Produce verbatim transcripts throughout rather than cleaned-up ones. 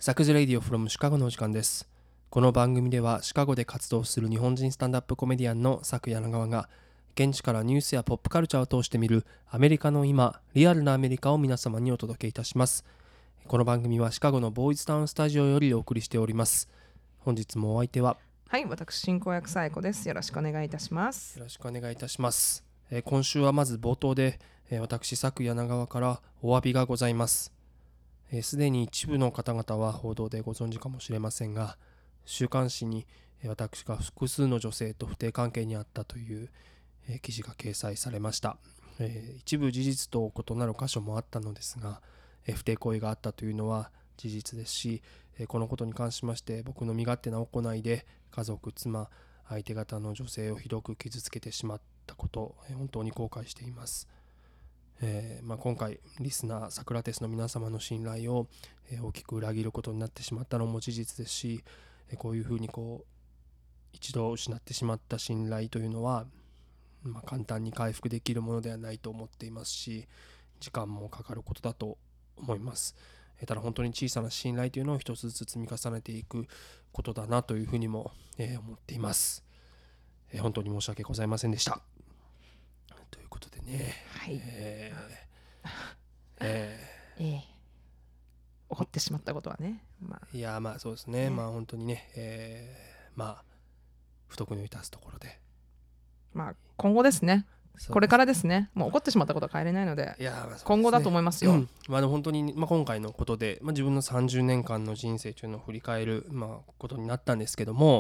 ザクズレイディオ from シカゴのお時間です。この番組ではシカゴで活動する日本人スタンダップコメディアンの佐久柳川が現地からニュースやポップカルチャーを通して見るアメリカの今、リアルなアメリカを皆様にお届けいたします。この番組はシカゴのボーイズタウンスタジオよりお送りしております。本日もお相手ははい、私進行役さえこです。よろしくお願いいたします。 よろしくお願いいたします。えー、今週はまず冒頭で、えー、私佐久柳川からお詫びがございます。すで、えー、に一部の方々は報道でご存知かもしれませんが、週刊誌に、えー、私が複数の女性と不貞関係にあったという、えー、記事が掲載されました。えー、一部事実と異なる箇所もあったのですが、えー、不貞行為があったというのは事実ですし、えー、このことに関しまして僕の身勝手な行いで家族、妻、相手方の女性をひどく傷つけてしまったこと、えー、本当に後悔しています。えーまあ、今回リスナーサクラテスの皆様の信頼を、えー、大きく裏切ることになってしまったのも事実ですし、えー、こういうふうにこう一度失ってしまった信頼というのは、まあ、簡単に回復できるものではないと思っていますし、時間もかかることだと思います。えー、ただ本当に小さな信頼というのを一つずつ積み重ねていくことだなというふうにも、えー、思っています。えー、本当に申し訳ございませんでした。ということでね、 はい、 えーえーえー、起こってしまったことはね、まあ、 いやまあそうですね、 ね、 まあ本当にね、えー、まあ不徳の致すところで、 まあ今後ですね、これからですね、もう起こってしまったことは変えれないので、いやまあそうですね、今後だと思いますよ。うん、 まあ、でも本当に、まあ、今回のことで、まあ、自分のさんじゅうねんかんの人生というのを振り返る、まあ、ことになったんですけども、うん、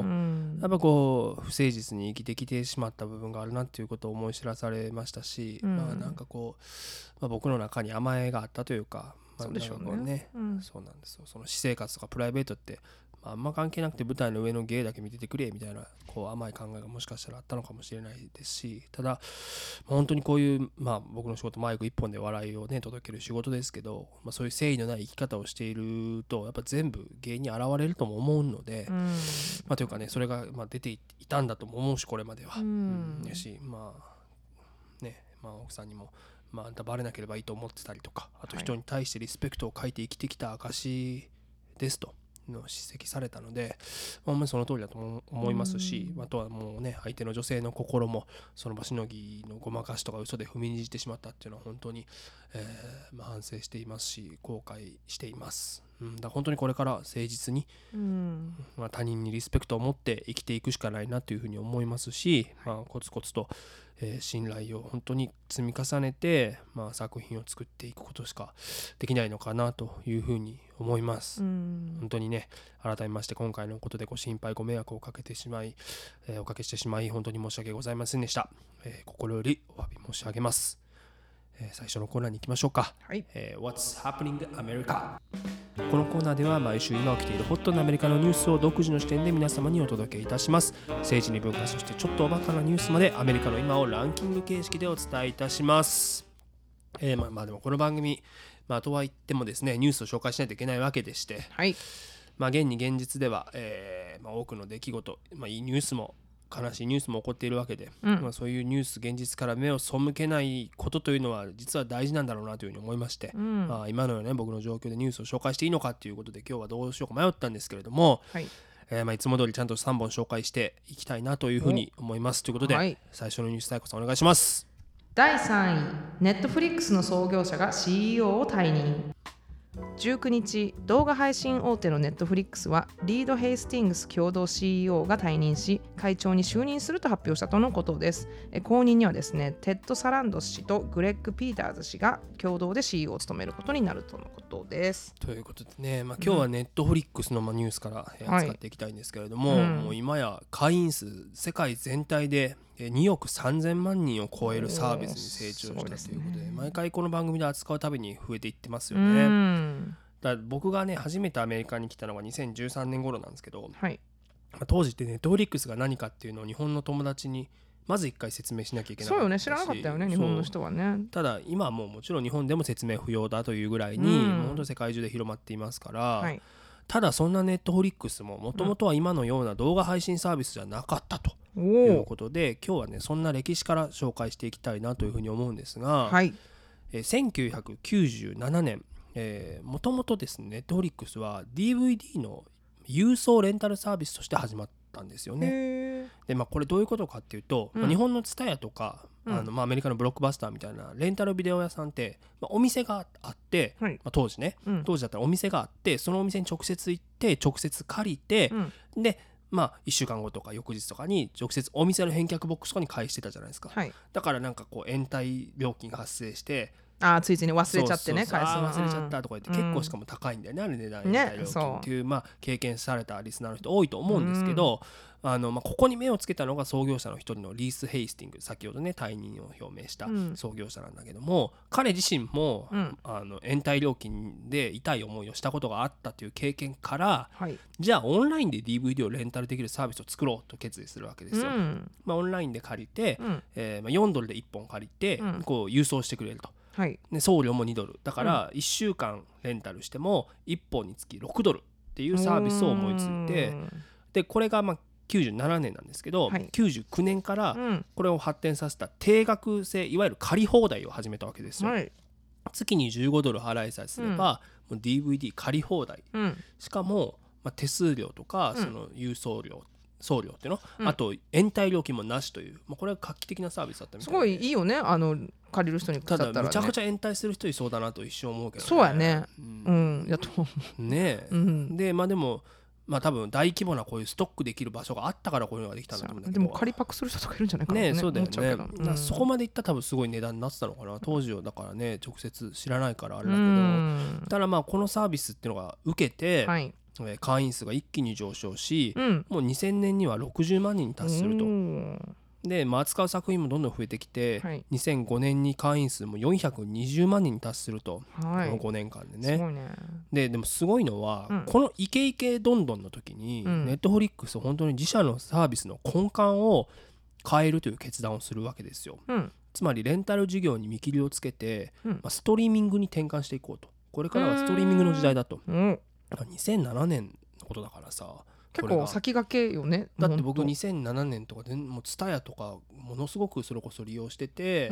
やっぱこう不誠実に生きてきてしまった部分があるなっていうことを思い知らされましたし、うん、まあなんかこう、まあ、僕の中に甘えがあったというか、まあ、 そうでしょうね、 ね、うん、そうなんですよ。その私生活とかプライベートってあんま関係なくて舞台の上の芸だけ見ててくれみたいなこう甘い考えがもしかしたらあったのかもしれないですし、ただ本当にこういう、まあ、僕の仕事マイク一本で笑いをね届ける仕事ですけど、まあ、そういう誠意のない生き方をしているとやっぱ全部芸に現れるとも思うので、うん、まあ、というかねそれがまあ出ていたんだとも思うし、これまでは、うんうん、しまあね、まあ、奥さんにもまあ、あんたバレなければいいと思ってたりとか、あと人に対してリスペクトを書いて生きてきた証ですとの叱責されたので、まあ、その通りだと思いますし、あとはもうね相手の女性の心もその場しのぎのごまかしとか嘘で踏みにじってしまったっていうのは本当に、えーまあ、反省していますし後悔しています。うん、だから本当にこれから誠実に、うんまあ、他人にリスペクトを持って生きていくしかないなというふうに思いますし、まあ、コツコツとえー、信頼を本当に積み重ねて、まあ、作品を作っていくことしかできないのかなというふうに思います。うん本当にね改めまして今回のことでご心配ご迷惑をかけてしまい、えー、おかけしてしまい本当に申し訳ございませんでした。えー、心よりお詫び申し上げます。えー、最初のコーナーに行きましょうか。 はい、 えー、What's Happening America。このコーナーでは毎週今起きているホットなアメリカのニュースを独自の視点で皆様にお届けいたします。政治に文化、そしてちょっとおバカなニュースまでアメリカの今をランキング形式でお伝えいたします。えー、まあまあでもこの番組、まあ、とは言ってもですねニュースを紹介しないといけないわけでして、 はいまあ、現に現実では、えーまあ、多くの出来事、まあ、いいニュースも悲しいニュースも起こっているわけで、うんまあ、そういうニュース現実から目を背けないことというのは実は大事なんだろうなというふうに思いまして、うんまあ、今のような、ね、僕の状況でニュースを紹介していいのかということで今日はどうしようか迷ったんですけれども、はいえーまあ、いつも通りちゃんとさんぼん紹介していきたいなというふうに思いますということで、はい、最初のニュース太鼓さんお願いします。 だいさんい、ネットフリックスの創業者が シーイーオー を退任。じゅうくにち、動画配信大手のネットフリックスはリード・ヘイスティングス共同 シーイーオー が退任し会長に就任すると発表したとのことです。後任にはですねテッド・サランド氏とグレッグ・ピーターズ氏が共同で シーイーオー を務めることになるとのことです。 ということでね、まあ、今日はネットフリックスのニュースから扱っていきたいんですけれども、はいうん、もう今や会員数世界全体でにおくさんぜんまんにんを超えるサービスに成長したということで、ね、毎回この番組で扱うたびに増えていってますよね。うんだ僕がね初めてアメリカに来たのがにせんじゅうさんねん頃なんですけど、はいまあ、当時ってネットフリックスが何かっていうのを日本の友達にまず一回説明しなきゃいけない。 そうよね知らなかったよね日本の人はね。 ただ今はもうもちろん日本でも説明不要だというぐらいに、うん、もう本当世界中で広まっていますから、はい、ただそんなネットフリックスももともとは今のような動画配信サービスじゃなかったということで、今日はねそんな歴史から紹介していきたいなというふうに思うんですが、はい、えせんきゅうひゃくきゅうじゅうななねんえー、もともとですね Netflix は ディーブイディー の郵送レンタルサービスとして始まったんですよね。で、まあ、これどういうことかっていうと、うんまあ、日本のTSUTAYAとか、うんあのまあ、アメリカのブロックバスターみたいなレンタルビデオ屋さんって、まあ、お店があって、はいまあ、当時ね、うん、当時だったらお店があってそのお店に直接行って直接借りて、うん、でまあいっしゅうかんごとか翌日とかに直接お店の返却ボックスとかに返してたじゃないですか、はい、だからなんかこう延滞料金が発生してあついついに忘れちゃってね返すの忘れちゃったとか言って、うん、結構しかも高いんだよねあれ値段延滞料金っていう、ね、まあ、経験されたリスナーの人多いと思うんですけど、うんあのまあ、ここに目をつけたのが創業者の一人のリース・ヘイスティング先ほどね退任を表明した創業者なんだけども、うん、彼自身も、うん、あの延滞料金で痛い思いをしたことがあったという経験から、はい、じゃあオンラインで ディーブイディー をレンタルできるサービスを作ろうと決意するわけですよ、うんまあ、オンラインで借りて、うんえーまあ、よんドルでいっぽん借りて、うん、こう郵送してくれるとはい、で送料もにドルだからいっしゅうかんレンタルしてもいっぽんにつきろくドルっていうサービスを思いついてでこれがまあきゅうじゅうななねんなんですけど、はい、きゅうじゅうきゅうねんからこれを発展させた定額制いわゆる借り放題を始めたわけですよ、はい、月にじゅうごドル払いさえすれば、うん、もう ディーブイディー 借り放題、うん、しかも、まあ、手数料とかその郵送料送料っていうの、うん、あと延滞料金もなしという、まあ、これは画期的なサービスだったみたいですごいいいよねあの借りる人にただめちゃくちゃ延滞する人いそうだなと一瞬思うけどねそうやねうん、うん、やと思うねえ、うん、でまあでもまあ多分大規模なこういうストックできる場所があったからこういうのができたんだと思うんだけどでも借りパクする人とかいるんじゃないかなねそうだよね、うん、そこまでいったら多分すごい値段になってたのかな当時はだからね直接知らないからあれだけど、うん、ただまあこのサービスっていうのが受けて、はい会員数が一気に上昇し、うん、もうにせんねんにはろくじゅうまんにんに達するとで、まあ、扱う作品もどんどん増えてきて、はい、にせんごねんに会員数もよんひゃくにじゅうまんにんに達すると、はい、このごねんかんでね。すごいね。で、でもすごいのは、うん、このイケイケどんどんの時に、うん、ネットフリックス本当に自社のサービスの根幹を変えるという決断をするわけですよ、うん、つまりレンタル事業に見切りをつけて、うんまあ、ストリーミングに転換していこうとこれからはストリーミングの時代だと、うんにせんななねんのことだからさ結構先駆けよねだって僕にせんななねんとかでもうTSUTAYAとかものすごくそれこそ利用してて、うん、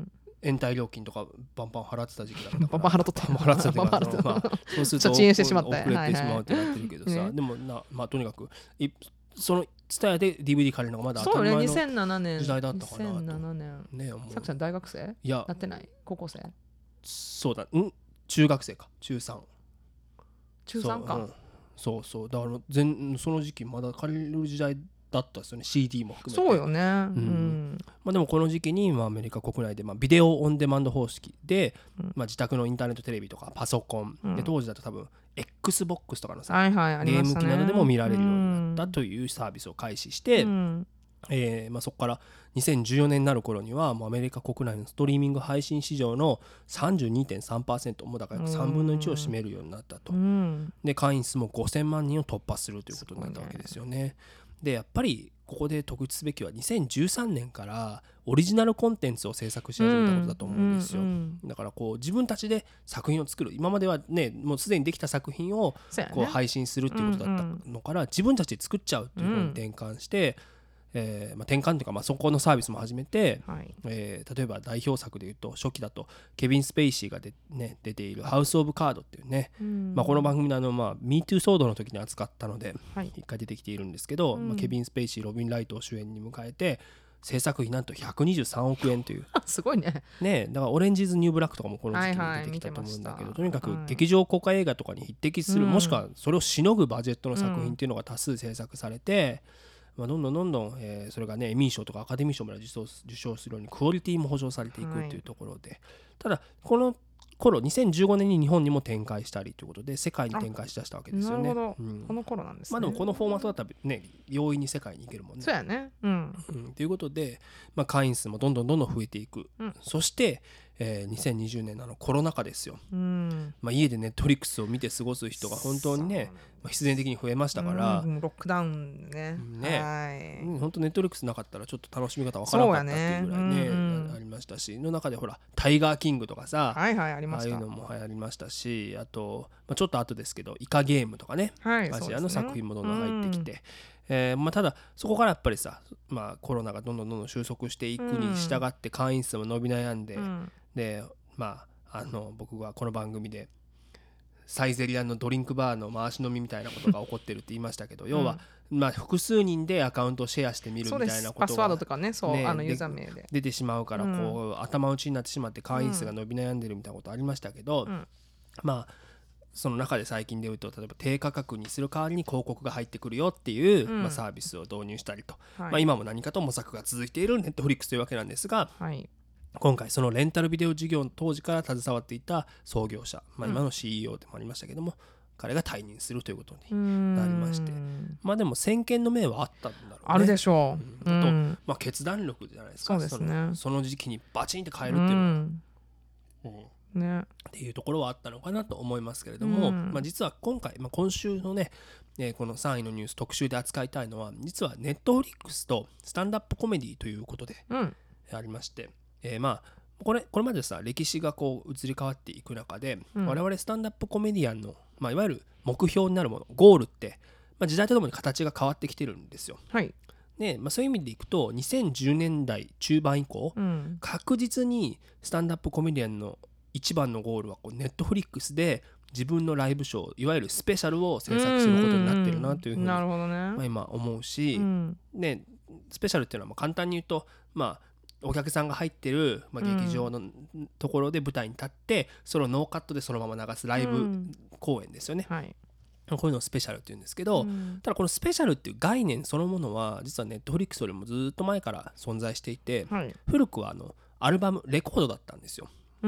延滞料金とかバンバン払ってた時期だったからバンバン払っとったバンバン払ってた時期だったまあそうすると遅延してしまった遅れてしまうってなってるけどさ、はいはいね、でもな、まあ、とにかくいそのTSUTAYAで ディーブイディー 借りるのがまだ当たり前の時代だったかなとにせんななねんねえさくちゃん大学生いやなってない高校生そうだん中学生か中さん中さんかそう、うんそうそうだから全その時期まだ借りる時代だったですよね シーディー も含めてそうよね、うんうんまあ、でもこの時期にまあアメリカ国内でまあビデオオンデマンド方式で、うんまあ、自宅のインターネットテレビとかパソコン、うん、で当時だと多分 Xbox とかのさ、 はいはい、 ゲーム機などでも見られるようになったというサービスを開始して、うんえーまあ、そこからにせんじゅうよねんになる頃にはもうアメリカ国内のストリーミング配信市場の さんじゅうにてんさんパーセント もうだからさんぶんのいちを占めるようになったと、うん、で会員数もごせんまんにんを突破するということになったわけですよね。でやっぱりここで特筆すべきはにせんじゅうさんねんからオリジナルコンテンツを制作し始めたことだと思うんですよ、うんうんうん、だからこう自分たちで作品を作る今まではねもうすでにできた作品をこう配信するっていうことだったのから、ねうんうん、自分たちで作っちゃうっていうふうに転換して、うんえーまあ、転換というか、まあ、そこのサービスも始めて、はいえー、例えば代表作でいうと初期だとケビン・スペイシーがで、ね、出ているハウス・オブ・カードっていうね、うんまあ、この番組のあの、まあ、ミートゥー 騒動の時に扱ったので一、はい、回出てきているんですけど、うんまあ、ケビン・スペイシーロビン・ライトを主演に迎えて制作費なんとひゃくにじゅうさんおくえんというすごいねねだからオレンジーズ・ニューブラックとかもこの時期に出てきたと思うんだけど、はいはい、とにかく劇場公開映画とかに匹敵する、うん、もしくはそれをしのぐバジェットの作品っていうのが多数制作されて、まあ、どんどんどんどん、えー、それがねエミー賞とかアカデミー賞まで受賞、受賞するようにクオリティも保証されていくっていうところで、はい、ただこの頃にせんじゅうごねんに日本にも展開したりということで世界に展開しだしたわけですよね。 なるほど、うん、この頃なんですね。 まあでもこのフォーマットだったらね容易に世界に行けるもんね。 そうやね。うん。 うん、ということで、まあ、会員数もどんどんどんどん増えていく。うん、そして、えー、にせんにじゅうねんのあのコロナ禍ですよ。うんまあ、家でネットフリックスを見て過ごす人が本当にね、まあ、必然的に増えましたから、 うん、ロックダウンね。 ね、はい。本当ネットフリックスなかったらちょっと楽しみ方わからなかったっていうぐらいね、ねうんうん、ありましたし、の中でほらタイガーキングとかさ、 はいはいありました。 ああいうのも流行りましたし、あと、まあ、ちょっと後ですけどイカゲームとかね、はい、アジアの作品もどんどん入ってきて、うんえーまあ、ただそこからやっぱりさ、まあ、コロナがどんどんどんどん収束していくに従って会員数も伸び悩んで、うん、でまああの僕はこの番組でサイゼリアのドリンクバーの回し飲みみたいなことが起こってるって言いましたけど、要は、まあ、複数人でアカウントをシェアしてみるみたいなことが、 パスワードとかね、そう、 ね、 あのユーザー名で出てしまうから、こう、頭打ちになってしまって会員数が伸び悩んでるみたいなことありましたけど、うん、まあその中で最近で言うと、例えば低価格にする代わりに広告が入ってくるよっていう、うんまあ、サービスを導入したりと、はいまあ、今も何かと模索が続いているネットフリックスというわけなんですが、はい、今回そのレンタルビデオ事業の当時から携わっていた創業者、まあ、今の シーイーオー でもありましたけども、うん、彼が退任するということになりまして、まあでも先見の明はあったんだろうね。 あるでしょう、うん、 あと、 うんまあ、決断力じゃないですか。 そうですね、 その、その時期にバチンって変えるっていうのは、うんうんね、っていうところはあったのかなと思いますけれども、うんまあ、実は今回、まあ、今週のね、えー、このさんいのニュース特集で扱いたいのは、実はネットフリックスとスタンダップコメディということでありまして、うんえー、まあこれ、これまでさ歴史がこう移り変わっていく中で、うん、我々スタンダップコメディアンの、まあ、いわゆる目標になるもの、ゴールって、まあ、時代とともに形が変わってきてるんですよ。はいでまあ、そういう意味でいくとにせんじゅうねんだい中盤以降、うん、確実にスタンダップコメディアンの一番のゴールはこうネットフリックスで自分のライブショー、いわゆるスペシャルを制作することになってるなというふうに、なるほどね、まあ、今思うし、うん、でスペシャルっていうのはまあ簡単に言うと、まあ、お客さんが入ってるまあ劇場のところで舞台に立って、うん、それをノーカットでそのまま流すライブ公演ですよね、うんはい、こういうのをスペシャルっていうんですけど、うん、ただこのスペシャルっていう概念そのものは実はネットフリックスよりもずっと前から存在していて、はい、古くはあのアルバムレコードだったんですよ。うん、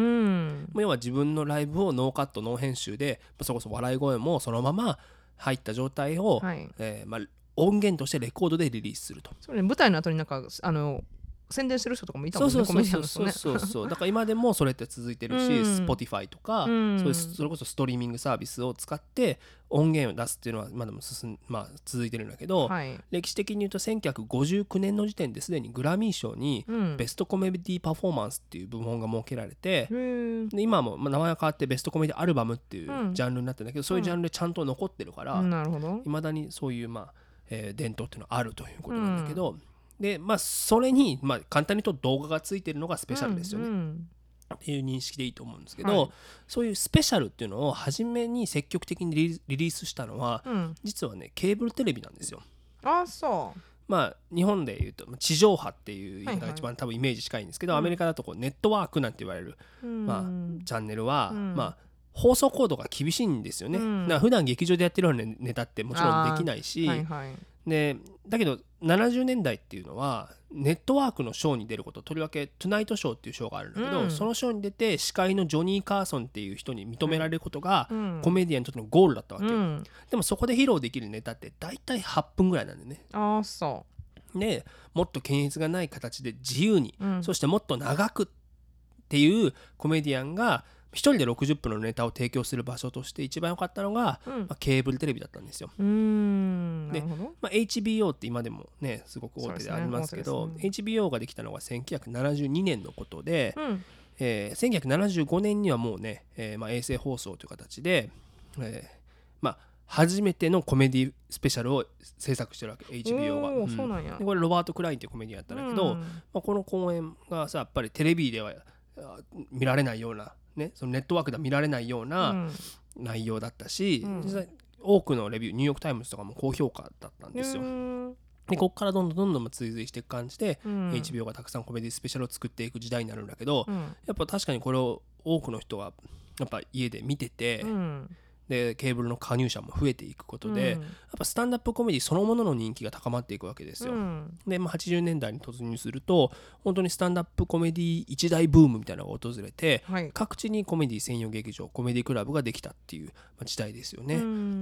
要は自分のライブをノーカットノー編集でそれこそ笑い声もそのまま入った状態を、はいえーまあ、音源としてレコードでリリースすると。 それ、ね、舞台の後になんかあの宣伝してる人とかもいたもんね。そうそうそうそうそうそうだから今でもそれって続いてるし、うん、Spotify とか、うん、そういうそれこそストリーミングサービスを使って音源を出すっていうのはまだも進ん、まあ、続いてるんだけど、はい、歴史的に言うとせんきゅうひゃくごじゅうきゅうねんの時点ですでにグラミー賞にベストコメディパフォーマンスっていう部門が設けられて、うん、で今も名前が変わってベストコメディアルバムっていうジャンルになってるんだけど、うん、そういうジャンルでちゃんと残ってるからいま、うん、だにそういう、まあえー、伝統っていうのはあるということなんだけど、うんでまあ、それに、まあ、簡単に言うと動画がついてるのがスペシャルですよね、うんうん、っていう認識でいいと思うんですけど、はい、そういうスペシャルっていうのを初めに積極的にリリースしたのは、うん、実はねケーブルテレビなんですよ。 あそうまあ日本でいうと地上波っていう言い方が一番多分イメージ近いんですけど、はいはい、アメリカだとこうネットワークなんて言われる、うんまあ、チャンネルは、うんまあ、放送コードが厳しいんですよね、うん、だから普段劇場でやってるようなネタってもちろんできないし、はいはい、でだけどななじゅうねんだいっていうのはネットワークのショーに出ること、とりわけトゥナイトショーっていうショーがあるんだけど、うん、そのショーに出て司会のジョニー・カーソンっていう人に認められることが、うん、コメディアンにとってのゴールだったわけよ、うん、でもそこで披露できるネタって大体はっぷんぐらいなんでね。 あそうでもっと検閲がない形で自由に、うん、そしてもっと長くっていうコメディアンが一人でろくじゅっぷんのネタを提供する場所として一番良かったのが、うんまあ、ケーブルテレビだったんですよ。うーんで、まあ、エイチビーオー って今でもねすごく大手でありますけど、ねね、エイチビーオー ができたのがせんきゅうひゃくななじゅうにねんのことで、うんえー、せんきゅうひゃくななじゅうごねんにはもうね、えーまあ、衛星放送という形で、えーまあ、初めてのコメディスペシャルを制作してるわけ エイチビーオー が、うん、そうなんや。でこれロバート・クラインっていうコメディアンやったんだけど、うんまあ、この公演がさやっぱりテレビでは見られないようなね、そのネットワークでは見られないような内容だったし、うん、実際多くのレビューニューヨークタイムズとかも高評価だったんですよ。でここからどんどんどんどん追随していく感じで、うん、エイチビーオー がたくさんコメディスペシャルを作っていく時代になるんだけど、うん、やっぱ確かにこれを多くの人がやっぱ家で見てて、うんでケーブルの加入者も増えていくことで、うん、やっぱスタンダップコメディそのものの人気が高まっていくわけですよ、うん、で、まあ、はちじゅうねんだいに突入すると本当にスタンダップコメディ一大ブームみたいなのが訪れて、はい、各地にコメディ専用劇場コメディクラブができたっていう時代ですよね、うん、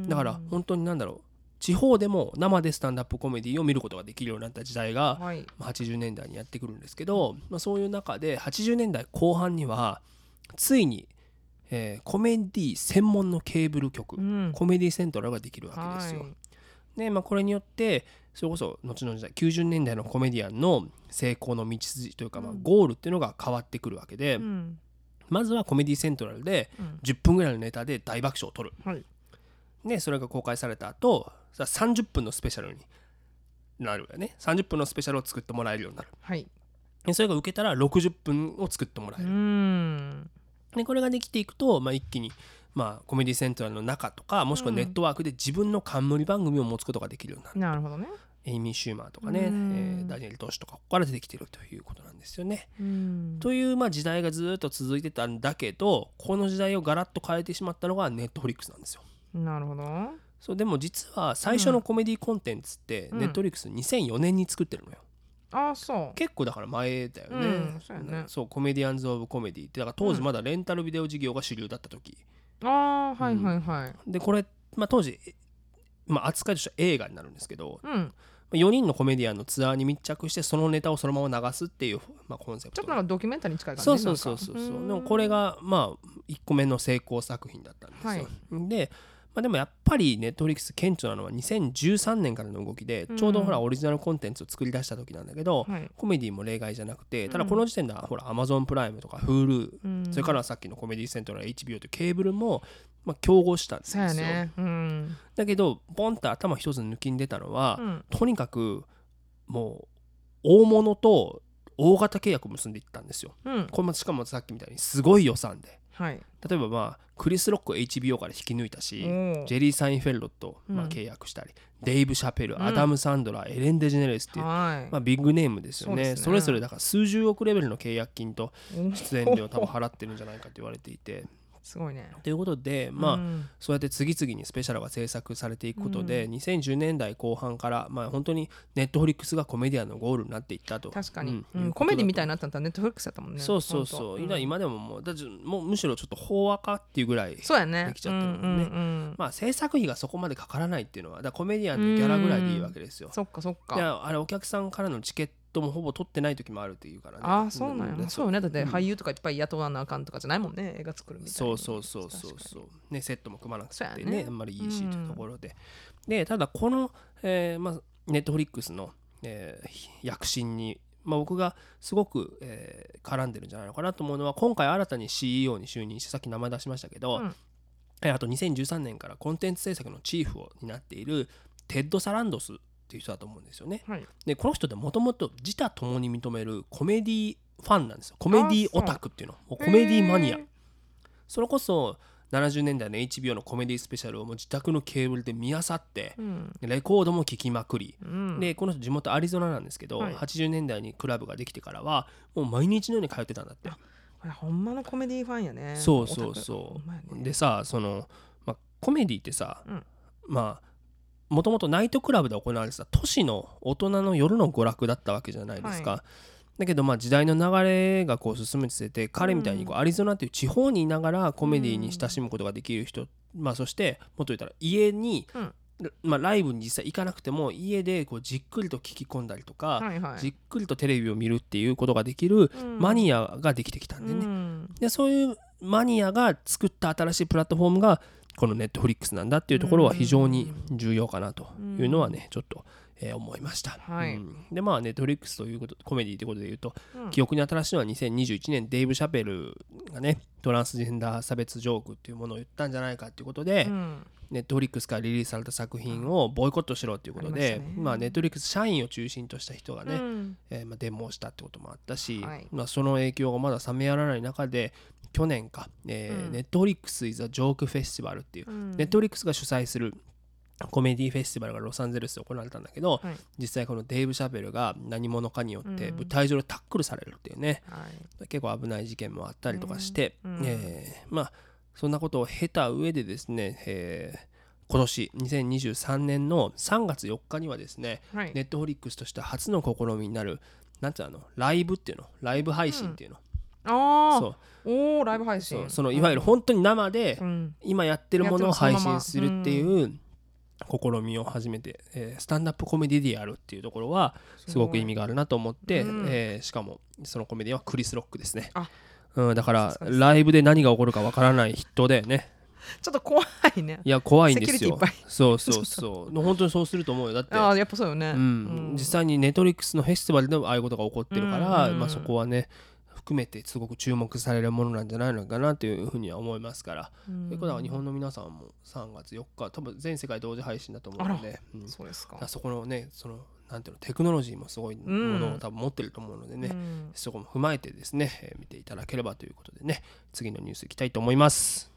だから本当に何だろう地方でも生でスタンダップコメディを見ることができるようになった時代が、はいまあ、はちじゅうねんだいにやってくるんですけど、まあ、そういう中ではちじゅうねんだいこう半にはついにえー、コメディ専門のケーブル局、うん、コメディセントラルができるわけですよ、はいでまあ、これによってそれこそ後の時代きゅうじゅうねんだいのコメディアンの成功の道筋というか、まあ、ゴールっていうのが変わってくるわけで、うん、まずはコメディセントラルでじゅっぷんぐらいのネタで大爆笑を取る、はい、でそれが公開された後さんじゅっぷんのスペシャルになるよね。さんじゅっぷんのスペシャルを作ってもらえるようになる、はい、でそれが受けたらろくじゅっぷんを作ってもらえる。うーんでこれができていくと、まあ、一気に、 まあコメディセントラルの中とかもしくはネットワークで自分の冠番組を持つことができるようになる。 なるほどね。 エイミー・シューマーとかね、えー、ダニエル・トシとかここから出てきてるということなんですよね。というまあ時代がずっと続いてたんだけど、この時代をガラッと変えてしまったのがネットフリックスなんですよ。 なるほど。 そうでも実は最初のコメディコンテンツってネットフリックスにせんよねんに作ってるのよ。 ああそう。 結構だから前だよね。うん、そうやね。そうコメディアンズ・オブ・コメディってだから当時まだレンタルビデオ事業が主流だった時。 うん、ああはいはいはい。 うん、でこれ、まあ、当時、まあ、扱いとしては映画になるんですけど、 うん、 よにんのコメディアンのツアーに密着してそのネタをそのまま流すっていう、まあ、コンセプト。 ちょっとなんかドキュメンタリーに近い感じ。 そうそうそうそうそう。でもこれがまあいっこめの成功作品だったんですよ。はい、で、まあ、でもやっぱりネットフリックス顕著なのはにせんじゅうさんねんからの動きで、ちょうどほらオリジナルコンテンツを作り出した時なんだけど、はい、コメディも例外じゃなくて、ただこの時点ではほら Amazon プライムとか Hulu、うん、それからさっきのコメディセントラル エイチビーオー というケーブルもまあ競合したんですよ。 そうやね、うん、 だけどボンと頭一つ抜きに出たのは、うん、とにかくもう大物と大型契約を結んでいったんですよ、うん、これもしかもさっきみたいにすごい予算で、はい、例えばまあクリス・ロックを エイチビーオー から引き抜いたし、ジェリー・サインフェルドとまあ契約したり、うん、デイブ・シャペル、うん、アダム・サンドラー、エレン・デジェネレスっていう、はい、まあ、ビッグネームですよ ね, そ, ねそれぞれだから数十億レベルの契約金と出演料を多分払ってるんじゃないかと言われていてすごいね。 ということで、まあうん、そうやって次々にスペシャルが制作されていくことで、うん、にせんじゅうねんだいこう半から、まあ、本当にネットフリックスがコメディアンのゴールになっていったと。 確かに、うんうん、コメディみたいになったんだったらネットフリックスだったもんね。 そうそうそう、うん、今でももうだもうむしろちょっと飽和化っていうぐらいできちゃってるもんね。 そうやね、うんうんうん、 まあ、制作費がそこまでかからないっていうのはだからコメディアンのギャラぐらいでいいわけですよ。 そっかそっか。 であれお客さんからのチケットもほぼ取ってない時もあるっていうからね。 ああそうなんや、うん、そうね。だって俳優とかいっぱい雇わなあかんとかじゃないもんね、映画作るみたいな。 そうそうそうそうそうね、セットも組まなくて ね, ねあんまりいいしというところで、うん、でただこの、えーまあ、ネットフリックスの、えー、躍進に、まあ、僕がすごく、えー、絡んでるんじゃないのかなと思うのは今回新たに シーイーオー に就任してさっき名前出しましたけど、うん、あとにせんじゅうさんねんからコンテンツ制作のチーフをになっているテッド・サランドスっていう人だと思うんですよね、はい、でこの人ってもともと自他ともに認めるコメディファンなんですよ。コメディオタクっていうのもうコメディマニア。それこそななじゅうねんだいの エイチビーオー のコメディスペシャルをもう自宅のケーブルで見漁って、うん、レコードも聴きまくり、うん、でこの人地元アリゾナなんですけど、はい、はちじゅうねんだいにクラブができてからはもう毎日のように通ってたんだって。 これほんまのコメディファンやね。 そうそうそう、ね、でさその、まあ、コメディってさ、うん、まあもともとナイトクラブで行われてた都市の大人の夜の娯楽だったわけじゃないですか、はい、だけどまあ時代の流れがこう進めてて彼みたいにこうアリゾナっていう地方にいながらコメディに親しむことができる人、まあ、そしてもっと言ったら家に、うんまあ、ライブに実際行かなくても家でこうじっくりと聞き込んだりとか、はいはい、じっくりとテレビを見るっていうことができるマニアができてきたんでね、うん、でそういうマニアが作った新しいプラットフォームがこのネットフリックスなんだっていうところは非常に重要かなというのはねちょっと、えー、思いました、はいうん、でまあネットフリックスということコメディということで言うと、うん、記憶に新しいのはにせんにじゅういちねんデイブ・シャペルがねトランスジェンダー差別ジョークっていうものを言ったんじゃないかっていうことで、うんネットフリックスからリリースされた作品をボイコットしろということで、ねまあ、ネットフリックス社員を中心とした人がね、うんえーまあ、デモをしたってこともあったし、はいまあ、その影響がまだ冷めやらない中で去年か、えーうん、ネットフリックス is a joke festival っていう、うん、ネットフリックスが主催するコメディフェスティバルがロサンゼルスで行われたんだけど、はい、実際このデイブ・シャペルが何者かによって舞台上でタックルされるっていうね、うん、結構危ない事件もあったりとかして、うんえー、まあそんなことを経た上でですね、えー、今年にせんにじゅうさんねんのさんがつよっかにはですね、はい、ネットフリックスとして初の試みになるなんていうのライブっていうのライブ配信っていうの、うん、 あそうおーライブ配信そうそのいわゆる本当に生で今やってるものを配信するっていう試みを始めて、えー、スタンダップコメディでやるっていうところはすごく意味があるなと思って、うんえー、しかもそのコメディはクリス・ロックですね。あうん、だからライブで何が起こるかわからない人だよね。 ちょっと怖いね。 いや怖いんですよ。そうそうそう本当にそうすると思うよ。だってあやっぱそうよね、 うんうん、実際にネットフリックスのフェスティバルでもああいうことが起こってるから、うんうんまあ、そこはね含めてすごく注目されるものなんじゃないのかなというふうには思いますから、うん、ということは日本の皆さんもさんがつよっか多分全世界同時配信だと思うので、 うん、そうですか。 そこのねそのなんていうのテクノロジーもすごいものを多分持ってると思うのでね、うん、そこも踏まえてですね、えー、見ていただければということでね次のニュースいきたいと思います。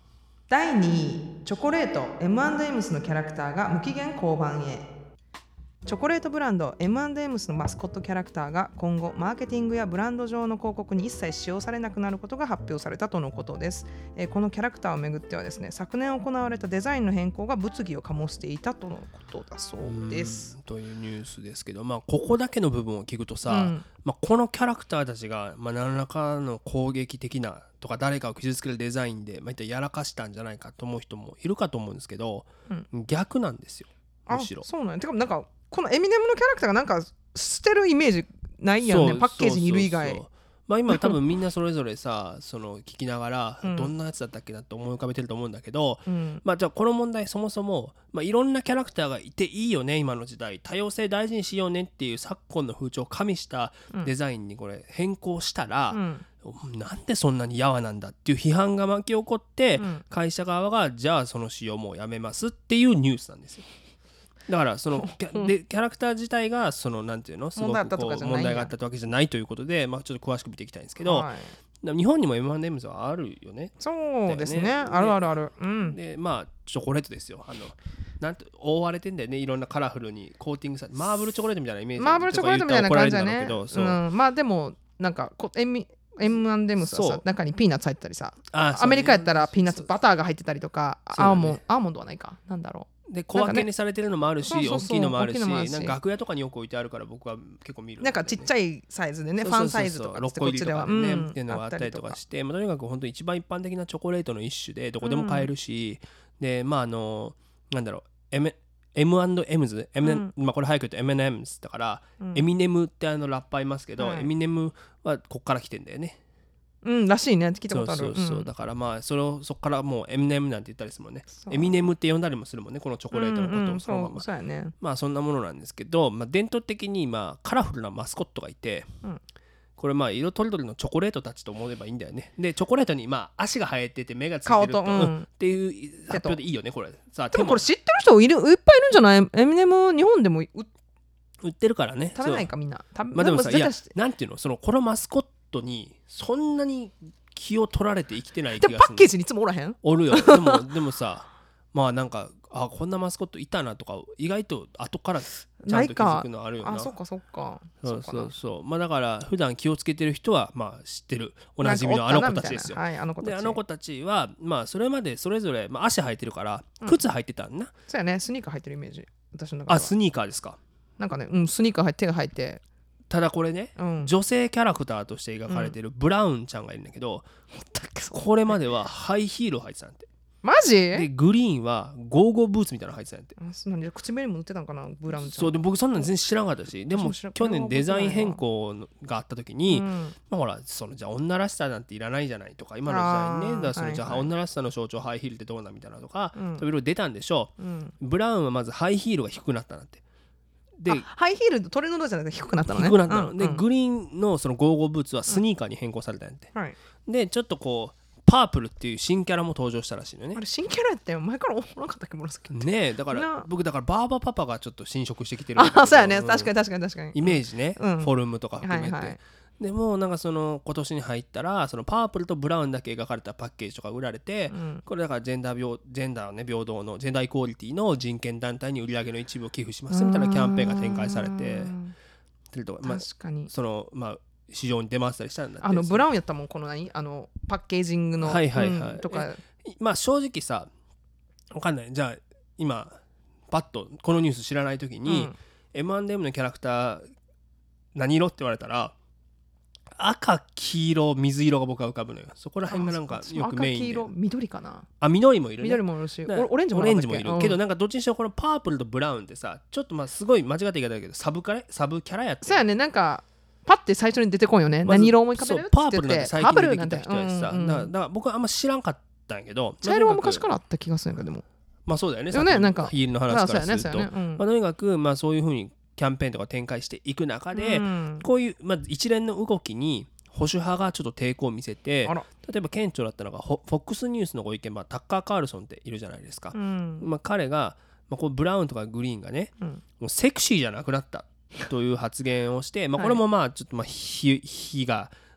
だいにい、チョコレート エムアンドエムス のキャラクターが無期限降板へ。チョコレートブランド エムアンドエムス のマスコットキャラクターが今後マーケティングやブランド上の広告に一切使用されなくなることが発表されたとのことです。えー、このキャラクターをめぐってはですね、昨年行われたデザインの変更が物議を醸していたとのことだそうです。 というニュースですけど、まあ、ここだけの部分を聞くとさ、 うんまあ、このキャラクターたちが、まあ、何らかの攻撃的なとか誰かを傷つけるデザインで、まあ、一体やらかしたんじゃないかと思う人もいるかと思うんですけど、うん、逆なんですよ、むしろ。 あ、そうなんや。てかなんかこのエミネムのキャラクターがなんか捨てるイメージないやんね、パッケージにいる以外。そうそうそう、 まあ、今多分みんなそれぞれさその聞きながらどんなやつだったっけなと思い浮かべてると思うんだけど、うん、まあ、じゃあこの問題そもそも、まあ、いろんなキャラクターがいていいよね今の時代、多様性大事にしようねっていう昨今の風潮を加味したデザインにこれ変更したら、うん、なんでそんなにやわなんだっていう批判が巻き起こって、うん、会社側がじゃあその使用もうやめますっていうニュースなんですよ。だからそのキ ャ, でキャラクター自体がそのなんていうのすごくこう問題があったわけじゃないということで、まあ、ちょっと詳しく見ていきたいんですけど、はい、日本にも エムアンドエムズ はあるよね。 そうですね、ね、あるあるある、うん、 でまあチョコレートですよ。あのなんて覆われてんだよね、いろんなカラフルにコーティングされてマーブルチョコレートみたいなイメージ、 マーブルチョコレートみたいな感じだね、うん、まあでもなんかこエミエムアンドエムズ はさ中にピーナッツ入ってたりさ、あアメリカやったらピーナッツバターが入ってたりとか、ね、アーモンアーモンドはないか、なんだろうで小分けにされてるのもあるし、大きいのもあるし、なんか楽屋とかによく置いてあるから僕は結構見る、ね、 なんかちっちゃいサイズでね、ファンサイズとかろっこ入りとかでね、うん、っていうのがあったりとかして、まあ、とにかく本当に一番一般的なチョコレートの一種でどこでも買えるし、うん、でまああのなんだろう Mエムアンドエムズ、M うんまあ、これ早く言うと エムアンドエムズ だから、うん、エミネムってあのラッパーいますけど、はい、エミネムはこっから来てんだよね。 うんらしいねって聞いたことある。 そうそうそう、うん、だからまあそれをそこからもうエミネムなんて言ったりするもんね。エミネムって呼んだりもするもんね、このチョコレートのことを、うんうん、そのまま。 そう、そうやね。 まあそんなものなんですけど、まあ、伝統的にまあカラフルなマスコットがいて、うん、これまあ色とりどりのチョコレートたちと思えばいいんだよね。でチョコレートにまあ足が生えてて目がついてると、うん、っていう発表でいいよねこれ。さあでもこれ知ってる人いるいっぱいいるんじゃない？エミネム日本でも売ってるからね。 食べないかみんな。 まあでもさ、いやなんていうの、そのこのマスコットにそんなに気を取られて生きてない気がする。 でパッケージにいつもおらへん？ おるよ。でもでもさ、まあなんかあこんなマスコットいたなとか意外と後からちゃんと気づくのあるよな。 あ、そっかそっか。 そうそうそう。まあだから普段気をつけてる人はまあ知ってるおなじみのあの子たちですよ。 はい、あの子たち。 であの子たちはまあそれまでそれぞれまあ足履いてるから靴履いてたんな。うん、 そうやね、スニーカー履いてるイメージ。私の中では。 あ、スニーカーですか。 なんかね、うん、スニーカー履いて手が履いて。 ただこれね、うん、女性キャラクターとして描かれてるブラウンちゃんがいるんだけど、うん、これまではハイヒールを履いてたんて。 マジでグリーンはゴーゴーブーツみたいなの履いてたんて。 あ、そうなんで唇も塗ってたんかなブラウンちゃん。 そうで僕そんなの全然知らなかったし、でも去年デザイン変更があった時に、うん、まあ、ほらそのじゃあ女らしさなんていらないじゃないとか今の時代にね、だからそのじゃあ女らしさの象徴ハイヒールってどうなんみたいなとか、うん、いろいろ出たんでしょう、うん、ブラウンはまずハイヒールが低くなったなんて。 でハイヒールとトレノドじゃなくて低くなったのね。 低くなったの、うん、で、うん、グリーンのそのゴーゴーブーツはスニーカーに変更されたんやって、うん、はい、でちょっとこうパープルっていう新キャラも登場したらしいのよね。 あれ新キャラやったよ、前からおもろかったっけ紫ってねえ。だから僕だからバーバパパがちょっと侵食してきてる。 あ、そうやね、確かに確かに確かにイメージね、うん、フォルムとか含めて、はいはい、でもなんかその今年に入ったらそのパープルとブラウンだけ描かれたパッケージとか売られて、うん、これだからジェンダー平ジェンダーね平等のジェンダーイコーリティの人権団体に売り上げの一部を寄付しますみたいなキャンペーンが展開されててるとか、まあ、確かにそのまあ市場に出回ったりしたんだって。 あのブラウンやったもんこの何あのパッケージングの、 はいはいはい、 うん、とかまあ正直さわかんない、じゃあ今パッとこのニュース知らない時に、うん、エムアンドエム のキャラクター何色って言われたら赤黄色水色が僕は浮かぶのよ。そこら辺がなんかよくメインで。 赤黄色緑かな。 あ、緑もいるね。 緑もいるしオレンジもいる。オレンジもいるけど、なんかどっちにしろこのパープルとブラウンってさちょっとまあすごい間違って言い方だけどサブキャラサブキャラやって。 そうやね、なんかパッて最初に出てこんよね、ま、何色思い浮かべるって言って。 パープルなんて最近出てきた人やしさ、うんうん、だから、だから僕はあんま知らんかったんやけど、 茶色は昔からあった気がするんやけど。でもまあそうだよね、 さっきのヒールの話からすると、 ねねうんまあ、とにかくまあそういう風にキャンペーンとか展開していく中で、うん、こういう、まあ、一連の動きに保守派がちょっと抵抗を見せて、例えば顕著だったのがフォックスニュースのご意見、まあ、タッカー・カールソンっているじゃないですか、うんまあ、彼が、まあ、こうブラウンとかグリーンがね、うん、もうセクシーじゃなくなったという発言をして、まあ、これもまあちょっとまあ火が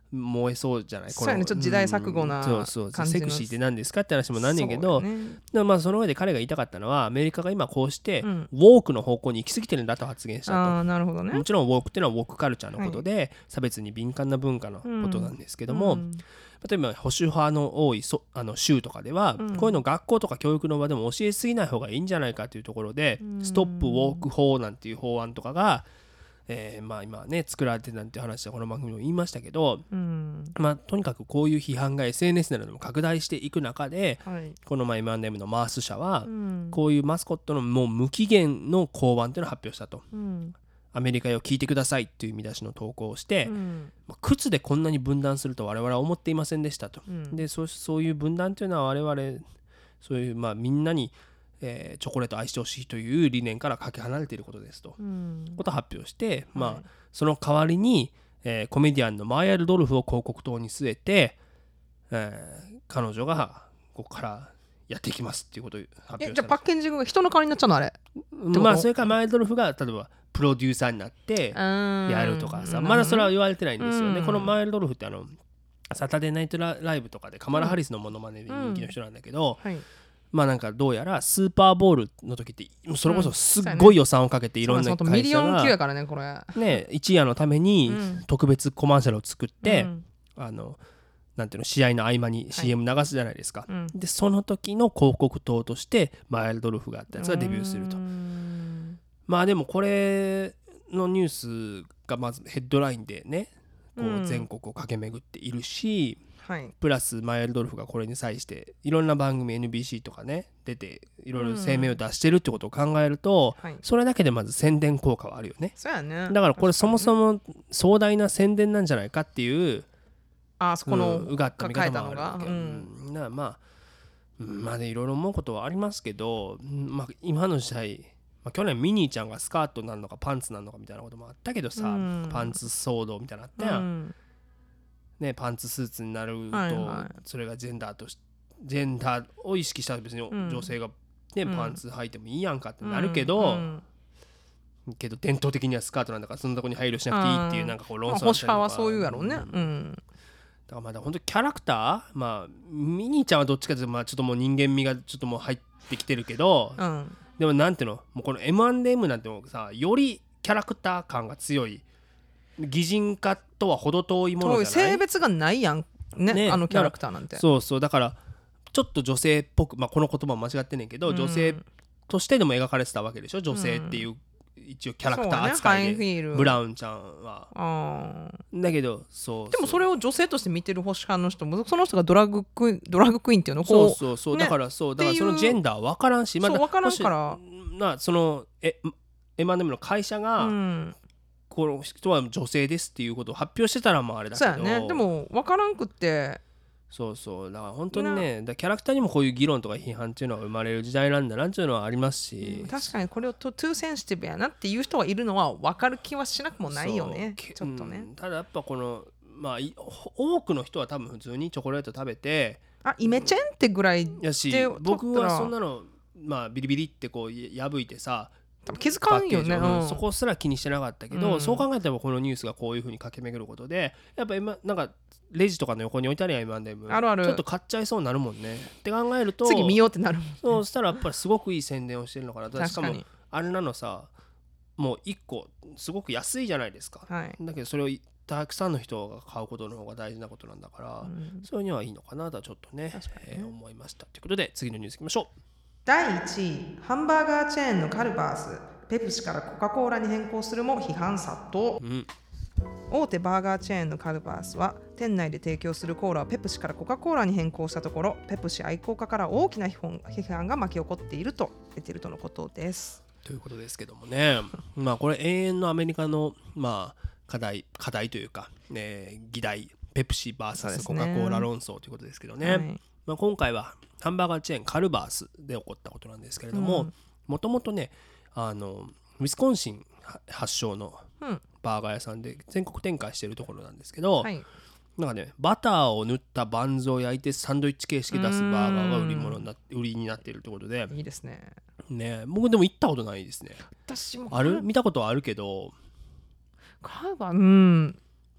燃えそうじゃない。 そうやね、ちょっと時代錯誤な感じの、うん、そうそうセクシーって何ですかって話もなんねんけど、 ね、 でもまあその上で彼が言いたかったのはアメリカが今こうして、うん、ウォークの方向に行き過ぎてるんだと発言したと。 あ、なるほどね、 もちろんウォークっていうのはウォークカルチャーのことで、はい、差別に敏感な文化のことなんですけども、うん、例えば保守派の多いそあの州とかでは、うん、こういうの学校とか教育の場でも教えすぎない方がいいんじゃないかというところで、うん、ストップウォーク法なんていう法案とかがえー、まあ今ね作られてなんて話はこの番組も言いましたけど、うん、まあとにかくこういう批判が エスエヌエス などでも拡大していく中で、はい、このまあ エムアンドエム のマース社は、うん、こういうマスコットのもう無期限の降板というのを発表したと、うん、アメリカを聞いてくださいっていう見出しの投稿をして、うんまあ、靴でこんなに分断すると我々は思っていませんでしたと、うん、で そ, そういう分断というのは我々そういうまあみんなにえー、チョコレートを愛してほしいという理念からかけ離れていることですと、うん、ことを発表して、まあはい、その代わりに、えー、コメディアンのマーヤ・ルドルフを広告塔に据えて、えー、彼女がここからやっていきますっていうことを発表したんです。 えじゃあパッケージングが人の代わりになっちゃうのあれ、 まあそれからマーヤ・ルドルフが例えばプロデューサーになってやるとかさ、まだそれは言われてないんですよね。このマーヤ・ルドルフってあのサタデーナイトライブとかでカマラ・ハリスのモノマネで人気の人なんだけど、うんうんはいまあなんかどうやらスーパーボールの時ってそれこそすっごい予算をかけていろんな会社がミリオン級やからねこれね一夜のために特別コマーシャルを作ってあのなんていうの試合の合間に シーエム 流すじゃないですかでその時の広告塔としてマーヤ・ルドルフがあったやつがデビューするとまあでもこれのニュースがまずヘッドラインでねこう全国を駆け巡っているしはい、プラスマイヤ・ルドルフがこれに際していろんな番組 エヌビーシー とかね出ていろいろ声明を出してるってことを考えると、うんはい、それだけでまず宣伝効果はあるよね。 そうやね。 だからこれそもそも壮大な宣伝なんじゃないかっていうあそこの、 うん、うがった見方もあるわけ、うん、だからまあまあねいろいろ思うことはありますけど、まあ、今の時代、まあ、去年ミニーちゃんがスカートなのかパンツなのかみたいなこともあったけどさ、うん、パンツ騒動みたいなのあったやん、うんね、パンツスーツになると、はいはい、それがジェンダーとしジェンダーを意識したら別に女性が、ねうん、パンツ履いてもいいやんかってなるけど、うんうん、けど伝統的にはスカートなんだからそのとこに配慮しなくていいっていうなんかこう論争保守派はそういうやろうね、うん、 だからまだ本当にキャラクターまあミニーちゃんはどっちかというとまあちょっともう人間味がちょっともう入ってきてるけど、うん、でもなんていうのもうこの エムアンドエム なんてもさよりキャラクター感が強い擬人化とは程遠いものじゃない。 性別がないやん ね, ねあのキャラクターなんて。 そうそうだからちょっと女性っぽく、まあ、この言葉も間違ってんねんけど、うん、女性としてでも描かれてたわけでしょ女性っていう、うん、一応キャラクター扱いで、ね、ブラウンちゃんはあだけどそうでもそれを女性として見てる保守派の人もその人がドラッグクイーンドラッグクイーンっていうのをこうそうそうそう、ね、だからそうだからそのジェンダー分からんしまだそう分からんからなそのえエマネムの会社が、うんこの人は女性ですっていうことを発表してたらもうあれだけどそうやねでも分からんくってそうそうだから本当にねだキャラクターにもこういう議論とか批判っていうのは生まれる時代なんだなっていうのはありますし、 うん、確かにこれをトゥーセンシティブやなっていう人がいるのは分かる気はしなくもないよねちょっとね、 うん、ただやっぱこのまあ多くの人は多分普通にチョコレート食べてあイメチェンってぐらいやし僕はそんなのまあビリビリってこう破いてさ気づかんよね、 うん、そこすら気にしてなかったけど、うん、そう考えてもこのニュースがこういう風に駆け巡ることでやっぱ今なんかレジとかの横に置いてあるやん エムアンドエムあるあるちょっと買っちゃいそうになるもんねって考えると次見ようってなるもん、ね、 そうしたらやっぱりすごくいい宣伝をしてるのかなしかもあれなのさもういっこすごく安いじゃないですか、はい、だけどそれをたくさんの人が買うことの方が大事なことなんだから、うん、そういうにはいいのかなとはちょっと ね, ね、えー、思いましたということで次のニュースいきましょう。 だいいちいハンバーガーチェーンのカルバースペプシからコカ・コーラに変更するも批判殺到、うん、大手バーガーチェーンのカルバースは店内で提供するコーラをペプシからコカ・コーラに変更したところペプシ愛好家から大きな批判が巻き起こっていると出ているとのことですということですけどもねまあこれ永遠のアメリカのまあ課題課題というか、ね、議題ペプシ ブイエス コカ・コーラ論争ということですけどね、はいまあ、今回はハンバーガーチェーンカルバースで起こったことなんですけれどももともとねあのウィスコンシン発祥のバーガー屋さんで全国展開しているところなんですけど、はい、なんかねバターを塗ったバンズを焼いてサンドイッチ形式で出すバーガーが売り物になって売りになっているということでいいですね。 ね僕でも行ったことないですね。 私もある見たことはあるけどカルバーうん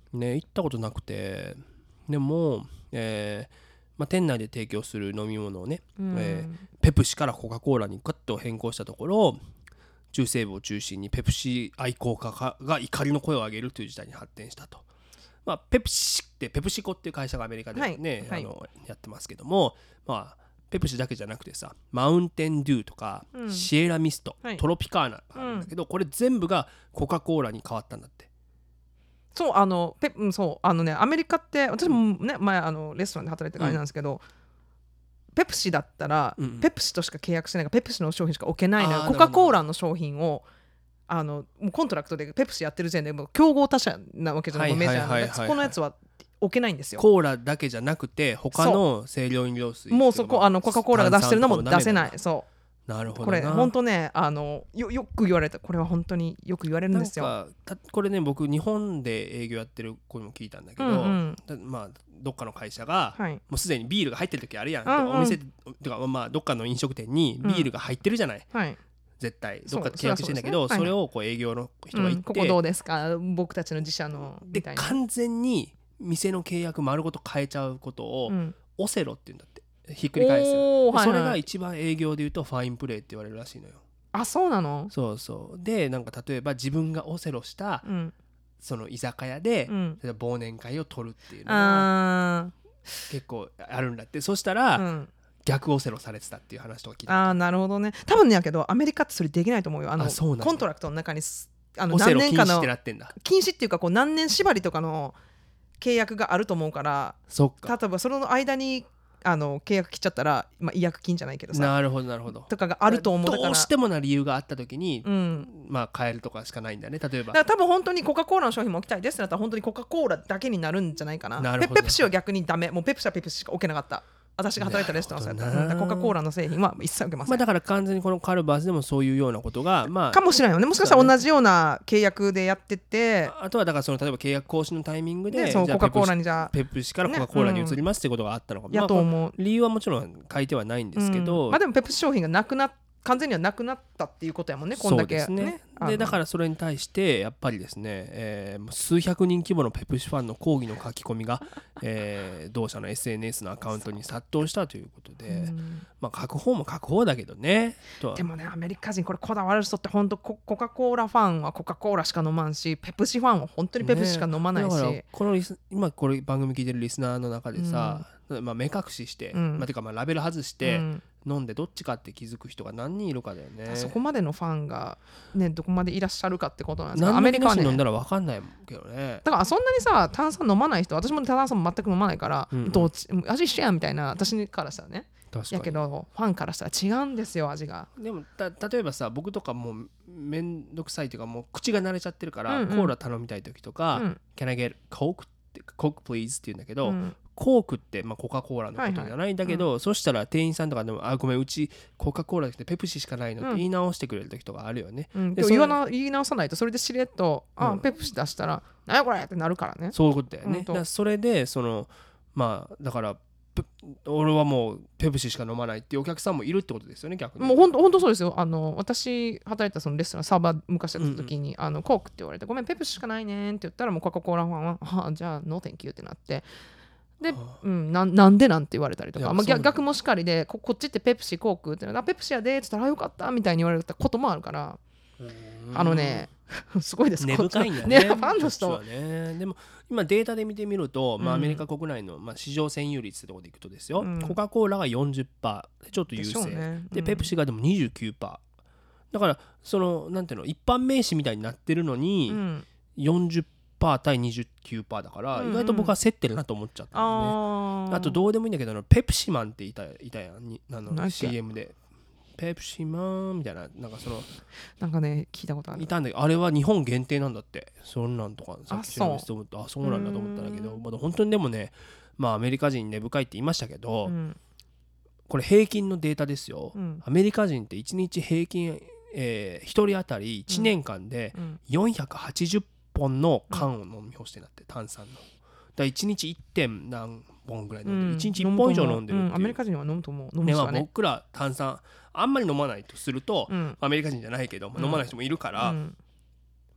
ね、行ったことなくて、でも、えーまあ、店内で提供する飲み物をね、 うんえーペプシからコカ・コーラにガッと変更したところ、中西部を中心にペプシ愛好家が怒りの声を上げるという事態に発展したと。まあ、ペプシってペプシコっていう会社がアメリカでね、はい、あのやってますけども、まあ、ペプシだけじゃなくてさ、マウンテンデューとか、うん、シエラミスト、はい、トロピカーナあるんだけど、うん、これ全部がコカ・コーラに変わったんだって。 そうあのペ、うん、そうあのねアメリカって私もね、前あのレストランで働いてるあれなんですけど、うん、ペプシだったら、うん、ペプシとしか契約してないからペプシの商品しか置けないのよ。コカ・コーラの商品をあのもうコントラクトでペプシやってる時点でもう競合他社なわけじゃない、メジャーなやつ、このやつは置けないんですよ。 コーラだけじゃなくて他の清涼飲料水もうそこあのコカ・コーラが出してるのも出せない。そうなるほどな。 これ本当ねあの よ, よく言われたこれは本当によく言われるんですよ。 なんかこれね僕日本で営業やってる子にも聞いたんだけど、うんうん、まあどっかの会社が、はい、もうすでにビールが入ってる時あるやん、うんうん、お店とか、まあ、どっかの飲食店にビールが入ってるじゃない、うんはい、絶対どっか契約してんだけど そ, そ, ね、それをこう営業の人が言って、うん、 ここどうですか僕たちの自社のみたいな。 で完全に店の契約丸ごと変えちゃうことを、うん、オセロって言うんだって。ひっくり返す、はいはい、それが一番営業で言うとファインプレーって言われるらしいのよ。 あ、そうなの？ そうそうでなんか例えば自分がオセロした、うん、その居酒屋で、うん、忘年会を取るっていうのが結構あるんだって。そしたら、うん、逆オセロされてたっていう話とか聞いた。 あーなるほどね。多分ねやけどアメリカってそれできないと思うよ。あのコントラクトの中にあの何年かのオセロ禁止ってなってんだ。 禁止っていうかこう何年縛りとかの契約があると思うから、 そっか。 例えばその間にあの契約切っちゃったら、まあ、違約金じゃないけどさ、 なるほどなるほどとかがあると思う。だからどうしてもな理由があった時に、うん、まあ変えるとかしかないんだね。例えばだから多分本当にコカ・コーラの商品も置きたいですってなったら本当にコカ・コーラだけになるんじゃないかな。なるほど。ペプシは逆にダメ。もうペプシはペプシしか置けなかった。私が働いたレストランだったらコカ・コーラの製品は一切受けません。 まあ、だから完全にこのカルバースでもそういうようなことが、まあ、 かもしれないよね。もしかしたら同じような契約でやってて、 あとはだからその例えば契約更新のタイミングで、 ね、そうコカ・コーラにじゃあペプシからコカ・コーラに移りますってことがあったのかも、ね、うん、 やと思う。 理由はもちろん書いてはないんですけど、 うんまあ、でもペプシ商品がなくなっ完全にはなくなったっていうことやもんね。こんだけそうですね。でだからそれに対してやっぱりですね、えー、数百人規模のペプシファンの抗議の書き込みが、えー、同社の エスエヌエス のアカウントに殺到したということで、うん、まあ書く方も書く方だけどね。とでもねアメリカ人これこだわる人って本当コカ・コーラファンはコカ・コーラしか飲まんし、ペプシファンは本当にペプシしか飲まないし、ね、だからこのリス今これ番組聞いてるリスナーの中でさ、うんまあ、目隠しして、うんまあ、てかまあラベル外して、うん飲んでどっちかって気づく人が何人いるかだよね。 そこまでのファンが、ね、どこまでいらっしゃるかってことなんですか。アメリカはね飲んだら分かんないけどね。 だからそんなにさ炭酸飲まない人、私も炭酸も全く飲まないから、うんうん、どっち味一緒やんみたいな私からしたらね。 確かに。 やけどファンからしたら違うんですよ味が。 でもた例えばさ僕とかもうめんどくさいというかもう口が慣れちゃってるから、うんうん、コーラ頼みたい時とか、うん、Can I get Coke? Coke please って言うんだけど、うんコークって、まあ、コカ・コーラのことじゃないんだけど、はいはいうん、そしたら店員さんとかでもあごめんうちコカ・コーラでペプシしかないのって言い直してくれる時とかあるよね、 うん、でも 言, わな言い直さないとそれでしれっと、うん、あペプシ出したら何やこれってなるからね。 そういうことだよね。だからそれでそのまあだから俺はもうペプシしか飲まないっていうお客さんもいるってことですよね逆に。 もうほんとほんとそうですよ。あの私働いたそのレストランサーバー昔やった時に、うんうん、あのコークって言われてごめんペプシしかないねんって言ったらもうコカ・コーラファンはあじゃあノーテンキューってなってで、うん、な, なんでなんて言われたりとか、まあ、逆, 逆もしかりで こ, こっちってペプシコークってペプシやでって言ったらあよかったみたいに言われたこともあるからあのねすごいです根深いんだね。 ねファンの人はね。でも今データで見てみると、まあ、アメリカ国内の、まあ、市場占有率ってところでいくとですよ、うん、コカ・コーラが よんじゅっパーセント ちょっと優勢 で,、ねうん、でペプシがでも にじゅうきゅうパーセント だからそのなんていうの一般名詞みたいになってるのに、うん、よんじゅっパーセント 対 にじゅうきゅうパーセント だから、うんうん、意外と僕は競ってるなと思っちゃったんでね。あ, あとどうでもいいんだけどペプシマンっていたいたやんにあの シーエム でペプシマンみたいななんかそのなんかね聞いたことあるいたんだけどあれは日本限定なんだって。そんなんとかさっき調べてと思ってあそうなんだと思ったんだけどまだ本当にでもねまあアメリカ人根深いって言いましたけど、うん、これ平均のデータですよ、うん、アメリカ人っていちにち平均、えー、ひとり当たりいちねんかんでよんひゃくはちじゅっぽんの缶を飲み干してなって炭酸のだからいちにち いってん 何本ぐらい飲んでる、うん、いちにちいっぽん以上飲んでるっていう、うん、 アメリカ人は飲むと思う飲むしかね、 まあ、僕ら炭酸あんまり飲まないとすると、うん、アメリカ人じゃないけど、まあ、飲まない人もいるから、うん、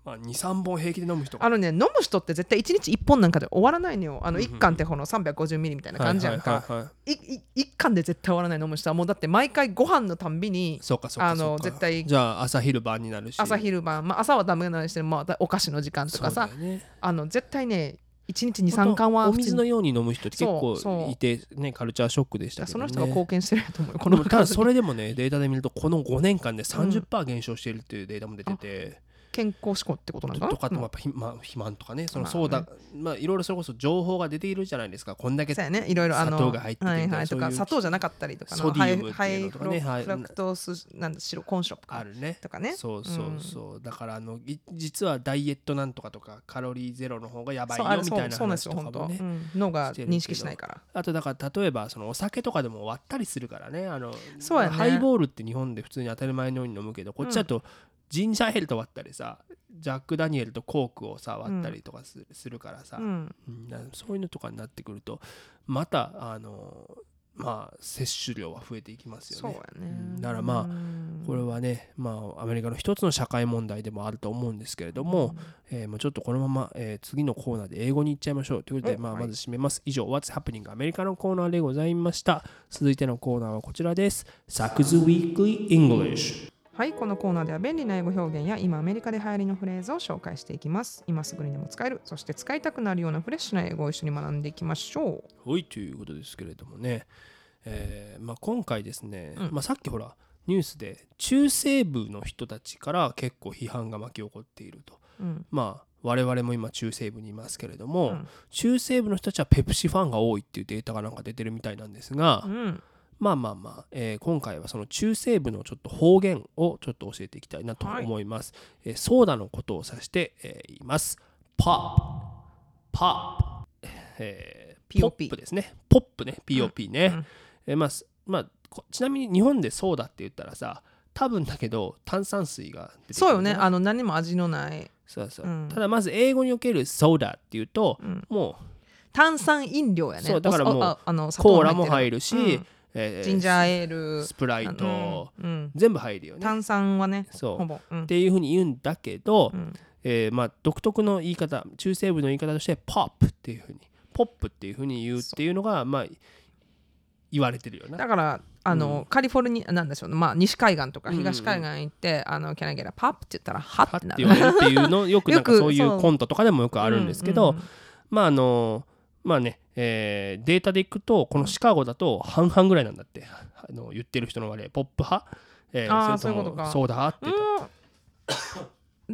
まあ、にさんぼん平気で飲む人があのね飲む人って絶対いちにちいっぽんなんかで終わらないのよ。あのうんうんいっかんってこのさんびゃくごじゅうミリみたいな感じやんか、 はいはいはいはい、 いいいっかんで絶対終わらない飲む人はもうだって毎回ご飯のたんびにそうかそうかあのそうか絶対じゃあ朝昼晩になるし朝昼晩、まあ、朝はダメなのにしても、まあ、お菓子の時間とかさ、 そうだよね、 あの絶対ねいちにちにさんかんはお水のように飲む人って結そうそう構いて、ね、カルチャーショックでしたけどね。 その人が貢献してると思うよこのでもただそれでもねデータで見るとこのごねんかんで さんじゅっパーセント 減少しているっていうデータも出てて、 健康志向ってことなんかなとかともやっぱひ、まあ、肥満とかねそのまあねそうだまあいろいろそれこそ情報が出ているじゃないですか。こんだけそうやねいろいろあの砂糖が入っててはいはい、 そういうとか砂糖じゃなかったりとかのソディウムってハイいうのとかねハイフラクトースなんだ白コンショップあるねとかねそうそうそう、うん、だからあの実はダイエットなんとかとかカロリーゼロの方がやばいよみたいな話とかもね、 うん、脳が認識しないから。 あとだから例えばそのお酒とかでも割ったりするからねあのそうやねハイボールって日本で普通に当たり前のように飲むけどこっちだとジンジャーエールと割ったりさジャック・ダニエルとコークをさ割ったりとか す,、するからさ、 うんうん、そういうのとかになってくるとまたあのまあ摂取量は増えていきますよね。 そうやね、 うん、だからまあこれはねまあアメリカの一つの社会問題でもあると思うんですけれども、うんえー、もうちょっとこのまま、えー、次のコーナーで英語に行っちゃいましょうということで、まあ、まず締めます。以上 What's Happening アメリカのコーナーでございました。続いてのコーナーはこちらです。サクズ Weekly English。 はい、このコーナーでは便利な英語表現や今アメリカで流行りのフレーズを紹介していきます。今すぐにでも使える、そして使いたくなるようなフレッシュな英語を一緒に学んでいきましょう。はい、ということですけれどもね、えーまあ、今回ですね、 うんまあ、さっきほらニュースで中西部の人たちから結構批判が巻き起こっていると、 う。うん、 まあ我々も今中西部にいますけれども、 うん、 中西部の人たちはペプシファンが多いっていうデータがなんか出てるみたいなんですが、 うんまあまあまあ、えー、今回はその中西部のちょっと方言をちょっと教えていきたいなと思います、はいえー、ソーダのことを指して、えー、言います。ポップポップ、えー、ポップですね。ポップね ピーオーピー ね、うんえーまあまあ、ちなみに日本でソーダって言ったらさ多分だけど炭酸水が出てくる。 そうよね、あの何も味のないそうそう、 うん、 ただまず英語におけるソーダっていうと、うん、もう炭酸飲料やね。 そうだからもうあのコーラも入るし、うんえー、ジンジャーエールスプライト、 うん、 全部入るよね。 炭酸はねそうほぼ、うん、 っていうふうに言うんだけど、 うんえーまあ、独特の言い方中西部の言い方としてポップっていうふうにポップっていうふうに言うっていうのがまあ言われてるよね。 だからあの、うん、カリフォルニアなんでしょうね、まあ、西海岸とか東海岸行って、うんうん、あのキャナゲラパップって言ったらハッってなるって言われるっていうのよくなんかそういうコントとかでもよくあるんですけど、うんうん、まああのまあね、えー、データでいくとこのシカゴだと半々ぐらいなんだってあの言ってる人の割合ポップ派、えー、 あそれともソーダ派って言った。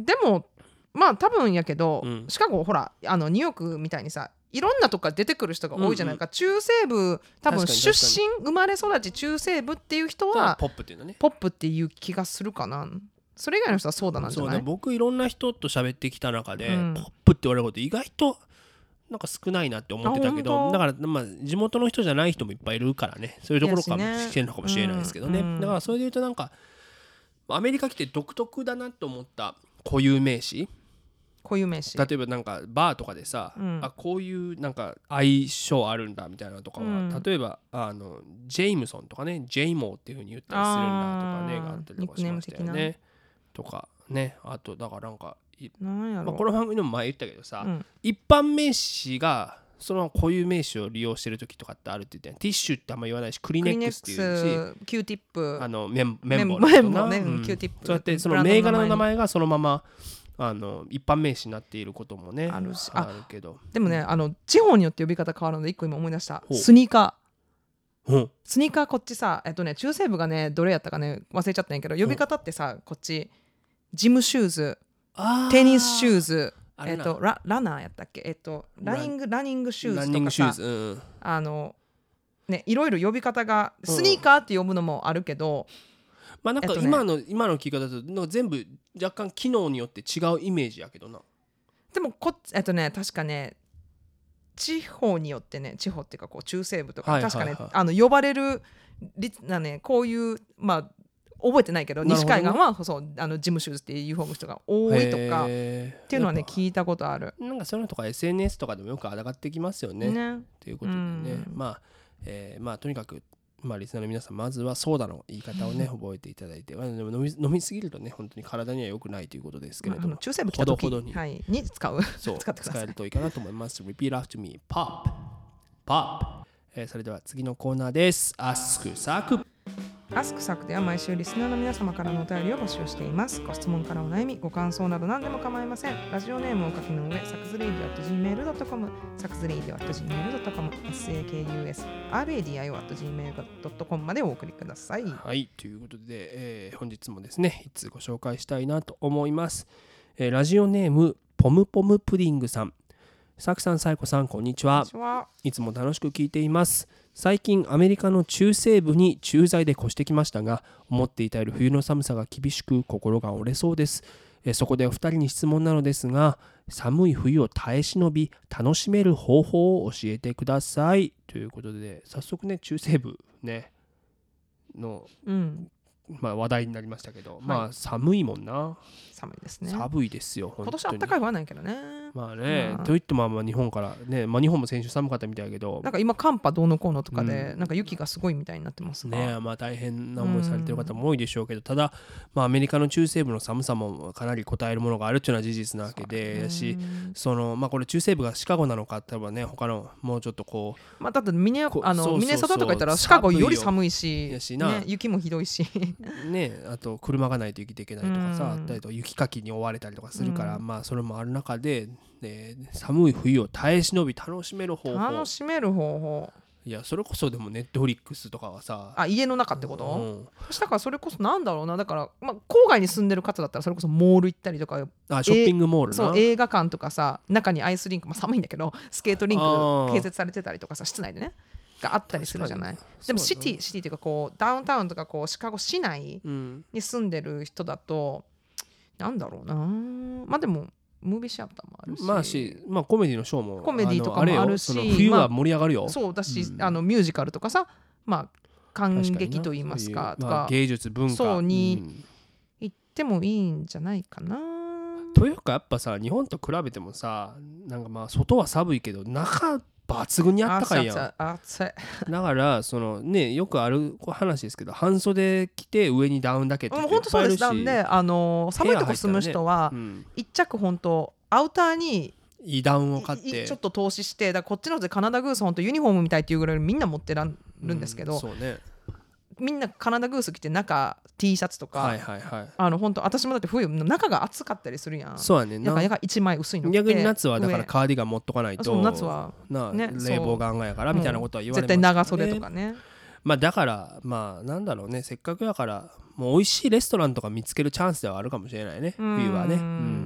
でもまあ多分やけど、 うん、 シカゴほらあのニューヨークみたいにさいろんなとこから出てくる人が多いじゃないか、うんうん、中西部多分出身生まれ育ち中西部っていう人はポップっていうのねポップっていう気がするかな。それ以外の人はソーダなんじゃない？ そうだ僕いろんな人と喋ってきた中で、うん、ポップって言われること意外となんか少ないなって思ってたけどだからまあ地元の人じゃない人もいっぱいいるからねそういうところかもしれないのかもしれないですけどね、うん、だからそれで言うとなんかアメリカ来て独特だなと思った固有名詞固有名詞例えばなんかバーとかでさ、うん、あこういうなんか相性あるんだみたいなのとかは、うん、例えばあのジェイムソンとかねジェイモーっていう風に言ったりするんだとかねがあったりとかしましたよねとかねあとだからなんかなんやろ、 まあ、この番組でも前言ったけどさ、 うん、 一般名詞がその固有名詞を利用してる時とかってあるって言ってティッシュってあんま言わないしクリネックスっていうしキューティップあの綿棒の綿棒ね、 うん、 キューティップそうやってその銘柄の名前がそのままあの一般名詞になっていることもねあるしあるけどでもねあの地方によって呼び方変わるので一個今思い出したスニーカースニーカーこっちさえっとね中西部がねどれやったかね忘れちゃったんやけど呼び方ってさこっちジムシューズテニスシューズえっとララナーやったっけえっとランニングランニングシューズとかさ、うん、あのねいろいろ呼び方がスニーカーって呼ぶのもあるけど、 うん、まあなんか今の、えっとね、今の聞き方だとなんか全部若干機能によって違うイメージやけどな。 でもこえっとね確かね地方によってね地方っていうかこう中西部とか、はいはいはい、確かねあの呼ばれるなねこういうまあ覚えてないけど西海岸はそうあのジムシューズっていうユニフォーム人が多いとかっていうのはね聞いたことある。 なんかそういうのとか エスエヌエス とかでもよく上がってきますよね。 ねということでね、うん、まあ、えー、まあとにかくまあ、リスナーの皆さんまずはソーダの言い方をね覚えていただいて、でも飲み、飲みすぎるとね本当に体には良くないということですけれども、まあ、 中性部来た時ほどほどに、 はい、に使うそう使ってください。 使えるといいかなと思います。 Repeat after me. Pop Pop、えー、それでは次のコーナーです。 Ask サク。 アスクサクでは毎週リスナーの皆様からのお便りを募集しています。ご質問からお悩み、ご感想など何でも構いません。ラジオネームをお書きの上、サクズレイディオ アット ジーメール ドット コム、 サクズレイディオ アット ジーメール ドット コム、 サクラディオ アット ジーメール ドット コム までお送りください。 はい、ということで、えー、本日もですねいつご紹介したいなと思います。えー、ラジオネームポムポムプディングさん。サクさん、サイコさん、こんにちは。いつも楽しく聞いています。最近アメリカの中西部に駐在で越してきましたが、思っていたより冬の寒さが厳しく心が折れそうです。えそこでお二人に質問なのですが、寒い冬を耐え忍び楽しめる方法を教えてくださいということで、早速ね中西部ねの、うんまあ、話題になりましたけど、はい、まあ寒いもんな。 寒いですね。 寒いですよ本当に。 今年あったかいはないけどね。 まあね、うん、といってもまあ日本からね、まあ、日本も先週寒かったみたいだけど、 なんか今寒波どうのこうのとかで、うん、なんか雪がすごいみたいになってますがね。まあ大変な思いされてる方も多いでしょうけど、うん、ただ、まあ、アメリカの中西部の寒さもかなり応えるものがあるっていうのは事実なわけで、だし、そのまあこれ中西部がシカゴなのか、例えばね他のもうちょっとこう、 まあだってミネあのミネソタとか言ったらシカゴより寒いし、しね、雪もひどいしね、あと車がないと雪できないとかさ、うん、あったりと雪かきに追われたりとかするから、うん、まあそれもある中で、ね、寒い冬を耐え忍び楽しめる方法楽しめる方法いやそれこそでもネットフリックスとかはさ、 あ家の中ってこと、うん、だからそれこそなんだろうな、だから、まあ、郊外に住んでる方だったらそれこそモール行ったりとか、 あショッピングモールな、 そう映画館とかさ、中にアイスリンク、まあ、寒いんだけどスケートリンク併設されてたりとかさ、室内でねがあったりするじゃない。でもシティシティっていうかこうダウンタウンとかこうシカゴ市内に住んでる人だと、うん、なんだろうな、まあでもムービーシアターもあるし、 まあし、まあ、コメディのショーもコメディとかもあるし、 冬は盛り上がるよ、 まあ、そうだし、うん、あのミュージカルとかさ、まあ感激と言いますかとか、 まあ、芸術文化そうに行ってもいいんじゃないかな、うん、 というかやっぱさ日本と比べてもさ、なんかまあ外は寒いけど中抜群にあったかいやん。 暑いだからそのねよくある話ですけど、半袖着て上にダウンだけっていっぱいあるし、 本当そうです。なんであの寒いとこ住む人は、ねうん、一着本当アウターにいいダウンを買ってちょっと投資して、だこっちのでカナダグース本当ユニフォームみたいっていうぐらいみんな持ってらるんですけど、うんそうね、みんなカナダグース着て中 T シャツとか、はいはいはい、あの本当私もだって冬中が暑かったりするやん。 そうやねんな。 だから一枚薄いの着て、 逆に夏はだからカーディガン持っとかないと、 そう夏はな、ね、冷房が案外やからみたいなことは言われます、ね、 絶対長袖とかね。 まあだからまあなんだろうね、せっかくやからもう美味しいレストランとか見つけるチャンスではあるかもしれないね、冬はね。うん、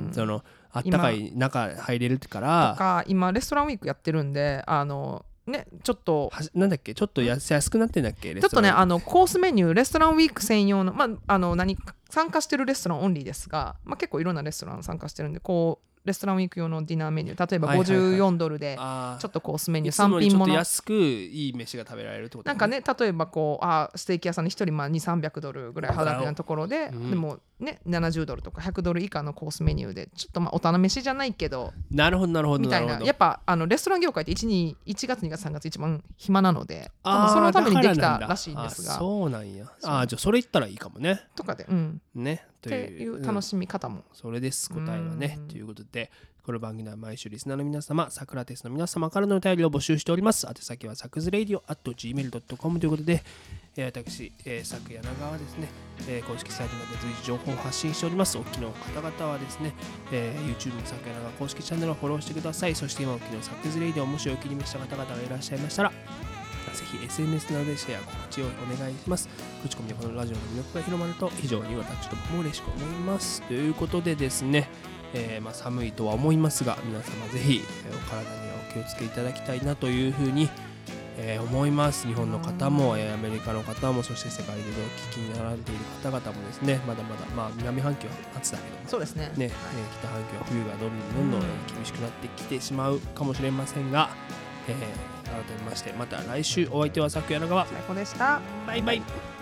そのあったかい中入れるからとか、今レストランウィークやってるんで、あのね、ちょっとなんだっけちょっと安安くなってんだっけ、 ちょっとねあのコースメニューレストランウィーク専用の、まあ、あの何参加してるレストランオンリーですが、まあ、結構いろんなレストラン参加してるんで、こうレストランウィーク用のディナーメニュー、例えばごじゅうよんドルでちょっとコースメニューさん品もの、 ちょっと安くいい飯が食べられるってこと、ね、 なんかね、例えばこうあステーキ屋さんにひとりまあにせんさんびゃくドルぐらい払うなところで、うん、でもねななじゅうドルとかひゃくドル以下のコースメニューでちょっとまあお頼みしじゃないけど、 なるほどなるほどみたいな、やっぱあのレストラン業界っていちがつにがつさんがつ一番暇なので、あそのためにできたらしいんですが、 あそうなんや。あじゃあそれ言ったらいいかもねとかで、うん、 ねっていう楽しみ方も、 うん、それです答えはね。ということでこの番組は毎週リスナーの皆様、サクラテスの皆様からのお便りを募集しております。宛先はサクズレイディオ アット ジーメール ドット コム ということで、えー、私、えー、サク柳川はですね、えー、公式サイトなどで随時情報を発信しております。お聞きの方々はですね、えー、YouTube のサク柳川公式チャンネルをフォローしてください。そして今お聞きのサクズレイディオをもしお気に召した方々がいらっしゃいましたら、ぜひ エスエヌエス などでシェア告知をお願いします。口コミでこのラジオの魅力が広まると非常に私どもも嬉しく思います。ということでですね、えー、まあ寒いとは思いますが、皆様ぜひ、えー、お体にはお気をつけいただきたいなというふうに、えー、思います。日本の方も、えー、アメリカの方も、そして世界でお聞きになられている方々もですね、まだまだ、まあ、南半球は夏だけども、 そうですね、 ね、はい、えー、北半球は冬がどんどんどんどん厳しくなってきてしまうかもしれませんが、えー、改めましてまた来週お相手はサク柳川、 最高でした。 バイバイ。